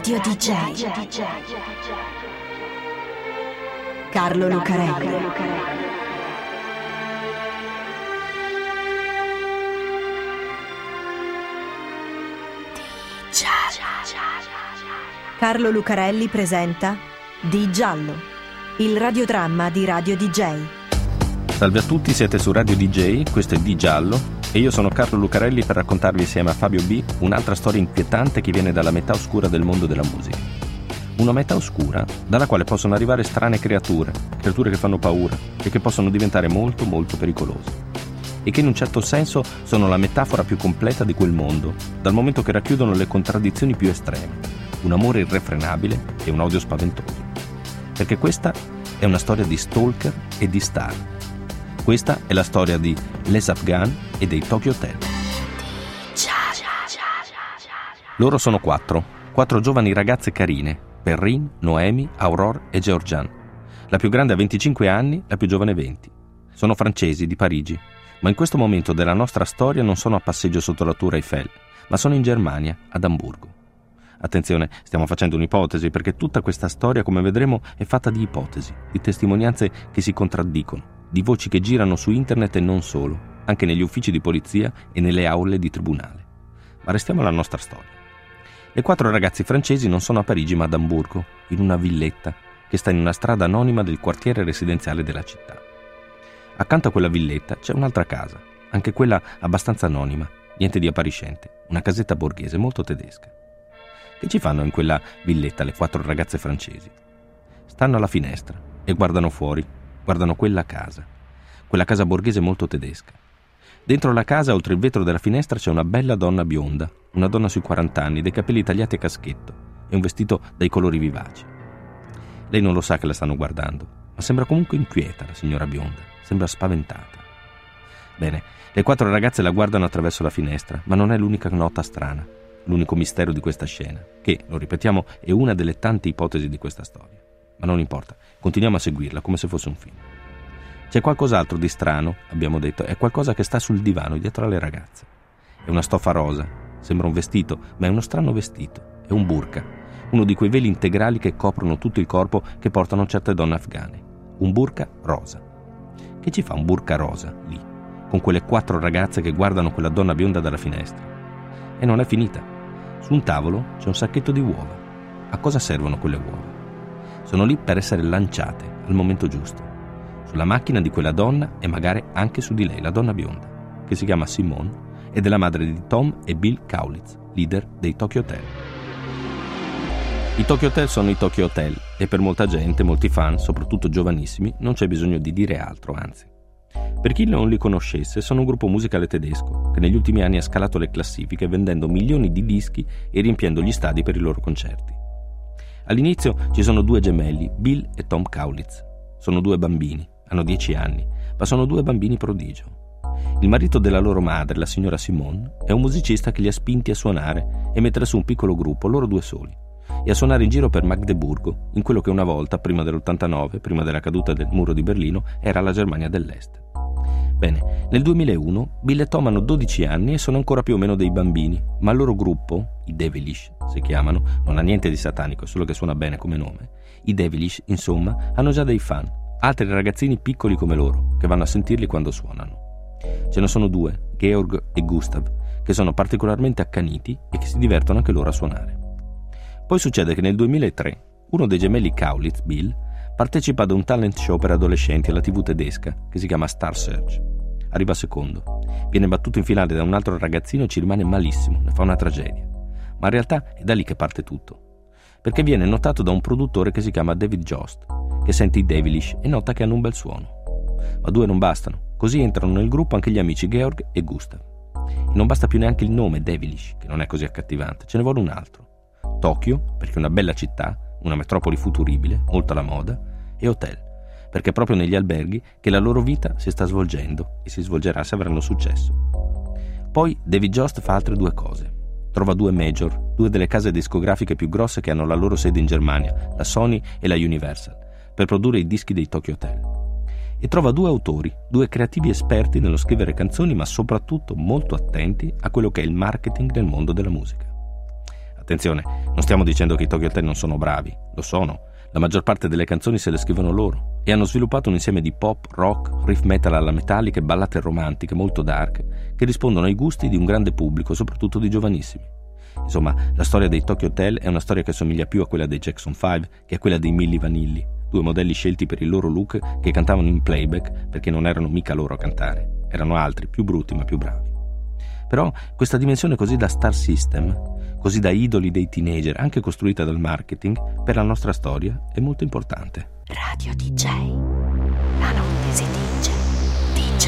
Radio DJ. Carlo Lucarelli. Carlo Lucarelli presenta Di Giallo, il radiodramma di Radio DJ. Salve a tutti, siete su Radio DJ, questo è Di Giallo e io sono Carlo Lucarelli per raccontarvi insieme a Fabio B un'altra storia inquietante che viene dalla metà oscura del mondo della musica. Una metà oscura dalla quale possono arrivare strane creature che fanno paura e che possono diventare molto molto pericolose. E che in un certo senso sono la metafora più completa di quel mondo, dal momento che racchiudono le contraddizioni più estreme, un amore irrefrenabile e un odio spaventoso. Perché questa è una storia di stalker e di star. Questa è la storia di Les Afghans e dei Tokyo Hotel. Loro sono quattro giovani ragazze carine, Perrine, Noemi, Aurore e Georgiane. La più grande ha 25 anni, la più giovane 20. Sono francesi di Parigi, ma in questo momento della nostra storia non sono a passeggio sotto la Tour Eiffel, ma sono in Germania, ad Amburgo. Attenzione, stiamo facendo un'ipotesi, perché tutta questa storia, come vedremo, è fatta di ipotesi, di testimonianze che si contraddicono, di voci che girano su internet e non solo, anche negli uffici di polizia e nelle aule di tribunale. Ma restiamo alla nostra storia. Le 4 ragazzi francesi non sono a Parigi ma ad Amburgo, in una villetta che sta in una strada anonima del quartiere residenziale della città. Accanto a quella villetta c'è un'altra casa, anche quella abbastanza anonima, niente di appariscente, una casetta borghese molto tedesca. Che ci fanno in quella villetta le 4 ragazze francesi? Stanno alla finestra e guardano fuori, guardano quella casa borghese molto tedesca. Dentro la casa, oltre il vetro della finestra, c'è una bella donna bionda, una donna sui 40 anni, dei capelli tagliati a caschetto e un vestito dai colori vivaci. Lei non lo sa che la stanno guardando, ma sembra comunque inquieta la signora bionda, sembra spaventata. Bene, le 4 ragazze la guardano attraverso la finestra, ma non è l'unica nota strana, l'unico mistero di questa scena, che, lo ripetiamo, è una delle tante ipotesi di questa storia. Ma non importa, continuiamo a seguirla come se fosse un film. C'è qualcos'altro di strano, abbiamo detto, è qualcosa che sta sul divano dietro alle ragazze. È una stoffa rosa, sembra un vestito, ma è uno strano vestito, è un burqa, uno di quei veli integrali che coprono tutto il corpo che portano certe donne afghane. Un burqa rosa. Che ci fa un burqa rosa lì, con quelle 4 ragazze che guardano quella donna bionda dalla finestra? E non è finita. Su un tavolo c'è un sacchetto di uova. A cosa servono quelle uova? Sono lì per essere lanciate al momento giusto, sulla macchina di quella donna e magari anche su di lei, la donna bionda, che si chiama Simone ed è la madre di Tom e Bill Kaulitz, leader dei Tokyo Hotel. I Tokyo Hotel sono i Tokyo Hotel e per molta gente, molti fan, soprattutto giovanissimi, non c'è bisogno di dire altro, anzi. Per chi non li conoscesse, sono un gruppo musicale tedesco che negli ultimi anni ha scalato le classifiche vendendo milioni di dischi e riempiendo gli stadi per i loro concerti. All'inizio ci sono 2 gemelli, Bill e Tom Kaulitz. Sono 2 bambini, hanno 10 anni, ma sono 2 bambini prodigio. Il marito della loro madre, la signora Simone, è un musicista che li ha spinti a suonare e mettere su un piccolo gruppo, loro 2 soli, e a suonare in giro per Magdeburgo, in quello che una volta, prima dell'89, prima della caduta del muro di Berlino, era la Germania dell'Est. Bene, nel 2001 Bill e Tom hanno 12 anni e sono ancora più o meno dei bambini, ma il loro gruppo, i Devilish si chiamano, non ha niente di satanico, solo che suona bene come nome. I Devilish, insomma, hanno già dei fan, altri ragazzini piccoli come loro, che vanno a sentirli quando suonano. Ce ne sono 2, Georg e Gustav, che sono particolarmente accaniti e che si divertono anche loro a suonare. Poi succede che nel 2003 uno dei gemelli Kaulitz, Bill, partecipa ad un talent show per adolescenti alla TV tedesca che si chiama Star Search. Arriva secondo, viene battuto in finale da un altro ragazzino e ci rimane malissimo, ne fa una tragedia. Ma in realtà è da lì che parte tutto, perché viene notato da un produttore che si chiama David Jost, che sente i Devilish e nota che hanno un bel suono. Ma 2 non bastano, così entrano nel gruppo anche gli amici Georg e Gustav. E non basta più neanche il nome Devilish, che non è così accattivante, ce ne vuole un altro. Tokyo, perché è una bella città, una metropoli futuribile, molto alla moda, e hotel, perché è proprio negli alberghi che la loro vita si sta svolgendo e si svolgerà se avranno successo. Poi David Jost fa altre 2 cose. Trova 2 major, 2 delle case discografiche più grosse che hanno la loro sede in Germania, la Sony e la Universal, per produrre i dischi dei Tokyo Hotel. E trova 2 autori, 2 creativi esperti nello scrivere canzoni, ma soprattutto molto attenti a quello che è il marketing nel mondo della musica. Attenzione, non stiamo dicendo che i Tokyo Hotel non sono bravi, lo sono. La maggior parte delle canzoni se le scrivono loro e hanno sviluppato un insieme di pop, rock, riff metal alla metallica e ballate romantiche molto dark che rispondono ai gusti di un grande pubblico, soprattutto di giovanissimi. Insomma, la storia dei Tokyo Hotel è una storia che somiglia più a quella dei Jackson 5 che a quella dei Milli Vanilli, due modelli scelti per il loro look che cantavano in playback perché non erano mica loro a cantare, erano altri, più brutti ma più bravi. Però questa dimensione così da star system, così da idoli dei teenager, anche costruita dal marketing, per la nostra storia è molto importante. Radio DJ. La notte si dice DJ.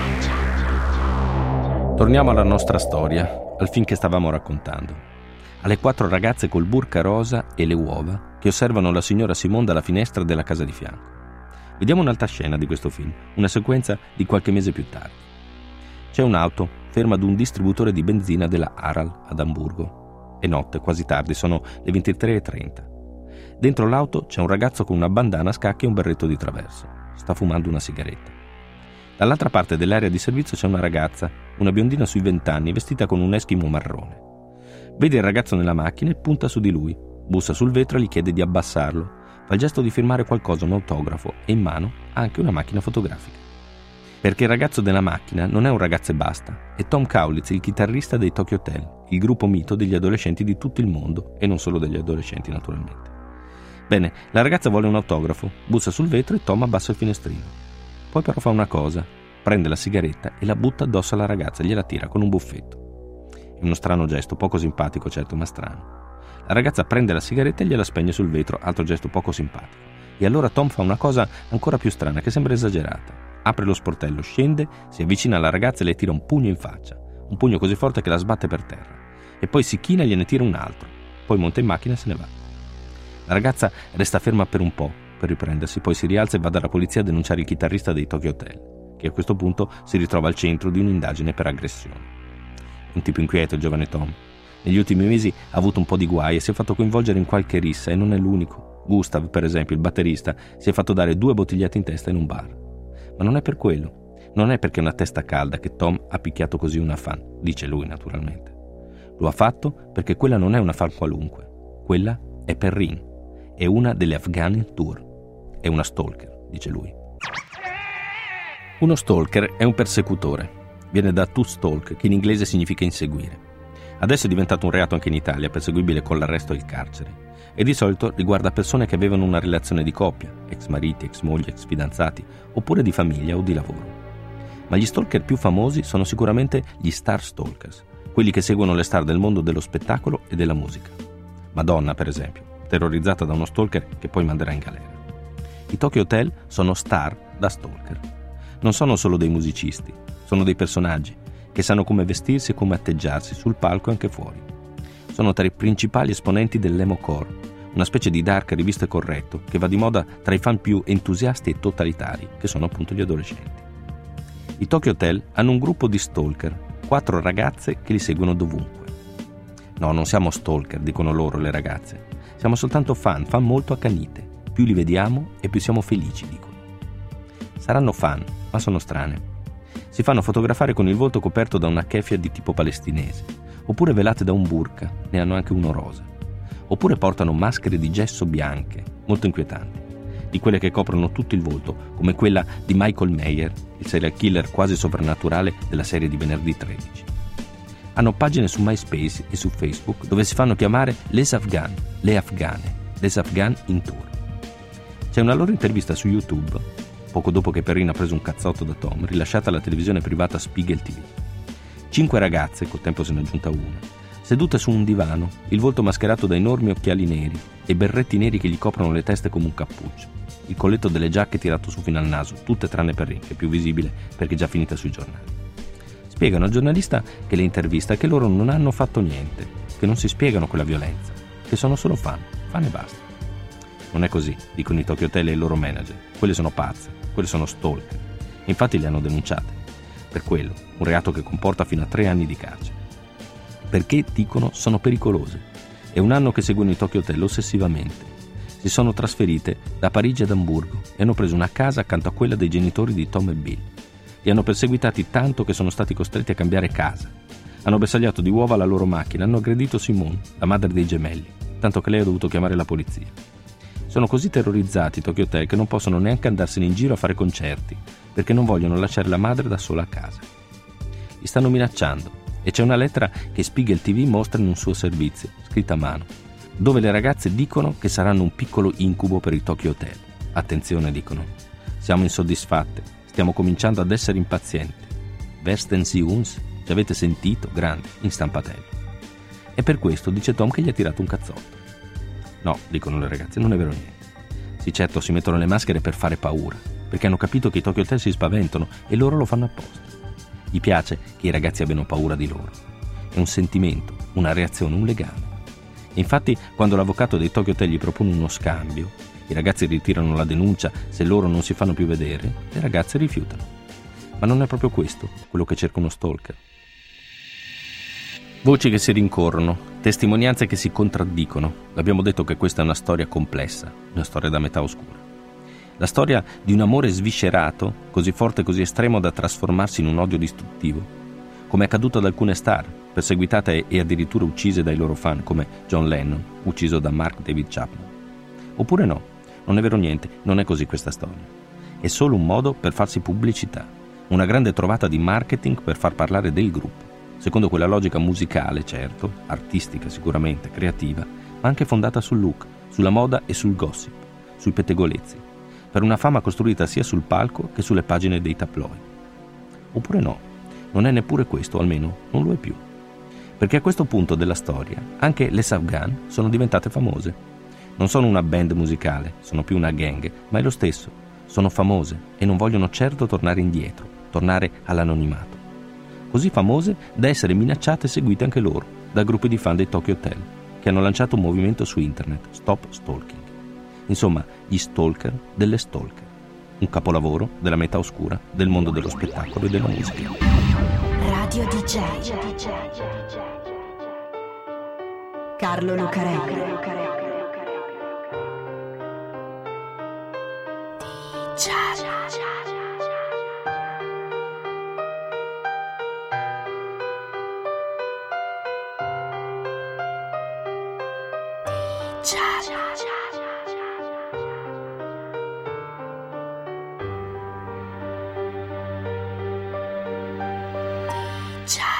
Torniamo alla nostra storia, al film che stavamo raccontando. Alle 4 ragazze col burka rosa e le uova che osservano la signora Simone dalla finestra della casa di fianco. Vediamo un'altra scena di questo film, una sequenza di qualche mese più tardi. C'è un'auto ferma ad un distributore di benzina della Aral ad Amburgo. È notte, quasi tardi, sono le 23:30. Dentro l'auto c'è un ragazzo con una bandana a scacchi e un berretto di traverso. Sta fumando una sigaretta. Dall'altra parte dell'area di servizio c'è una ragazza, una biondina sui 20 anni, vestita con un eschimo marrone. Vede il ragazzo nella macchina e punta su di lui. Bussa sul vetro e gli chiede di abbassarlo. Fa il gesto di firmare qualcosa, un autografo, e in mano ha anche una macchina fotografica. Perché il ragazzo della macchina non è un ragazzo e basta, è Tom Kaulitz, il chitarrista dei Tokyo Hotel, il gruppo mito degli adolescenti di tutto il mondo, e non solo degli adolescenti naturalmente. Bene, la ragazza vuole un autografo, bussa sul vetro e Tom abbassa il finestrino. Poi però fa una cosa, prende la sigaretta e la butta addosso alla ragazza e gliela tira con un buffetto. È uno strano gesto, poco simpatico certo, ma strano. La ragazza prende la sigaretta e gliela spegne sul vetro, altro gesto poco simpatico. E allora Tom fa una cosa ancora più strana, che sembra esagerata. Apre lo sportello, scende, si avvicina alla ragazza e le tira un pugno in faccia, un pugno così forte che la sbatte per terra. E poi si china e gliene tira un altro. Poi monta in macchina e se ne va. La ragazza resta ferma per un po', per riprendersi, poi si rialza e va dalla polizia a denunciare il chitarrista dei Tokyo Hotel, che a questo punto si ritrova al centro di un'indagine per aggressione. È un tipo inquieto il giovane Tom. Negli ultimi mesi ha avuto un po' di guai e si è fatto coinvolgere in qualche rissa, e non è l'unico. Gustav, per esempio, il batterista, si è fatto dare 2 bottigliate in testa in un bar. Ma non è per quello. Non è perché è una testa calda che Tom ha picchiato così una fan, dice lui naturalmente. Lo ha fatto perché quella non è una fan qualunque. Quella è Perrine. È una delle Afghane in tour. È una stalker, dice lui. Uno stalker è un persecutore. Viene da to stalk, che in inglese significa inseguire. Adesso è diventato un reato anche in Italia, perseguibile con l'arresto e il carcere. E di solito riguarda persone che avevano una relazione di coppia, ex mariti, ex mogli, ex fidanzati, oppure di famiglia o di lavoro. Ma gli stalker più famosi sono sicuramente gli star stalkers, quelli che seguono le star del mondo dello spettacolo e della musica. Madonna, per esempio, terrorizzata da uno stalker che poi manderà in galera. I Tokyo Hotel sono star da stalker. Non sono solo dei musicisti, sono dei personaggi che sanno come vestirsi e come atteggiarsi sul palco e anche fuori. Sono tra i principali esponenti dell'emo-core, una specie di dark rivisto e corretto che va di moda tra i fan più entusiasti e totalitari, che sono appunto gli adolescenti. I Tokyo Hotel hanno un gruppo di stalker, 4 ragazze che li seguono dovunque. No, non siamo stalker, dicono loro le ragazze. Siamo soltanto fan molto accanite. Più li vediamo e più siamo felici, dicono. Saranno fan, ma sono strane. Si fanno fotografare con il volto coperto da una keffia di tipo palestinese, oppure velate da un burka, ne hanno anche uno rosa. Oppure portano maschere di gesso bianche, molto inquietanti, di quelle che coprono tutto il volto, come quella di Michael Mayer, il serial killer quasi soprannaturale della serie di Venerdì 13. Hanno pagine su MySpace e su Facebook dove si fanno chiamare les Afghane, le afghane, les Afghane in tour. C'è una loro intervista su YouTube, poco dopo che Perrine ha preso un cazzotto da Tom, rilasciata alla televisione privata Spiegel TV. 5 ragazze, col tempo se ne è aggiunta una, sedute su un divano, il volto mascherato da enormi occhiali neri e berretti neri che gli coprono le teste come un cappuccio, il colletto delle giacche tirato su fino al naso, tutte tranne Perrine, che è più visibile perché è già finita sui giornali. Spiegano al giornalista che le intervista che loro non hanno fatto niente, che non si spiegano quella violenza, che sono solo fan e basta. Non è così, dicono i Tokyo Hotel e i loro manager. Quelle sono pazze, quelle sono stalker. Infatti le hanno denunciate. Per quello, un reato che comporta fino a 3 anni di carcere. Perché, dicono, sono pericolose. È un anno che seguono i Tokyo Hotel ossessivamente. Si sono trasferite da Parigi ad Amburgo e hanno preso una casa accanto a quella dei genitori di Tom e Bill. Li hanno perseguitati tanto che sono stati costretti a cambiare casa. Hanno bersagliato di uova la loro macchina, hanno aggredito Simone, la madre dei gemelli, tanto che lei ha dovuto chiamare la polizia. Sono così terrorizzati i Tokyo Hotel che non possono neanche andarsene in giro a fare concerti, perché non vogliono lasciare la madre da sola a casa. Li stanno minacciando e c'è una lettera che Spiegel TV mostra in un suo servizio, scritta a mano, dove le ragazze dicono che saranno un piccolo incubo per i Tokyo Hotel. Attenzione, dicono, siamo insoddisfatte, stiamo cominciando ad essere impazienti. Versten Sie uns? Ci avete sentito? Grande, in stampatello. E per questo dice Tom che gli ha tirato un cazzotto. No, dicono le ragazze, non è vero niente. Sì, certo, si mettono le maschere per fare paura, perché hanno capito che i Tokyo Hotel si spaventano e loro lo fanno apposta. Gli piace che i ragazzi abbiano paura di loro. È un sentimento, una reazione, un legame. E infatti, quando l'avvocato dei Tokyo Hotel gli propone uno scambio, i ragazzi ritirano la denuncia se loro non si fanno più vedere, le ragazze rifiutano. Ma non è proprio questo quello che cerca uno stalker. Voci che si rincorrono, testimonianze che si contraddicono. Abbiamo detto che questa è una storia complessa, una storia da metà oscura. La storia di un amore sviscerato, così forte e così estremo da trasformarsi in un odio distruttivo, come è accaduto ad alcune star, perseguitate e addirittura uccise dai loro fan, come John Lennon, ucciso da Mark David Chapman. Oppure no, non è vero niente, non è così questa storia. È solo un modo per farsi pubblicità, una grande trovata di marketing per far parlare del gruppo, secondo quella logica musicale, certo, artistica sicuramente, creativa, ma anche fondata sul look, sulla moda e sul gossip, sui pettegolezzi, per una fama costruita sia sul palco che sulle pagine dei tabloid. Oppure no, non è neppure questo, almeno non lo è più. Perché a questo punto della storia anche le Afghan sono diventate famose. Non sono una band musicale, sono più una gang, ma è lo stesso. Sono famose e non vogliono certo tornare indietro, tornare all'anonimato. Così famose da essere minacciate e seguite anche loro da gruppi di fan dei Tokyo Hotel, che hanno lanciato un movimento su internet, Stop Stalking. Insomma, gli stalker delle stalker. Un capolavoro della metà oscura del mondo dello spettacolo e della musica. Radio DJ Carlo Lucarelli. DJ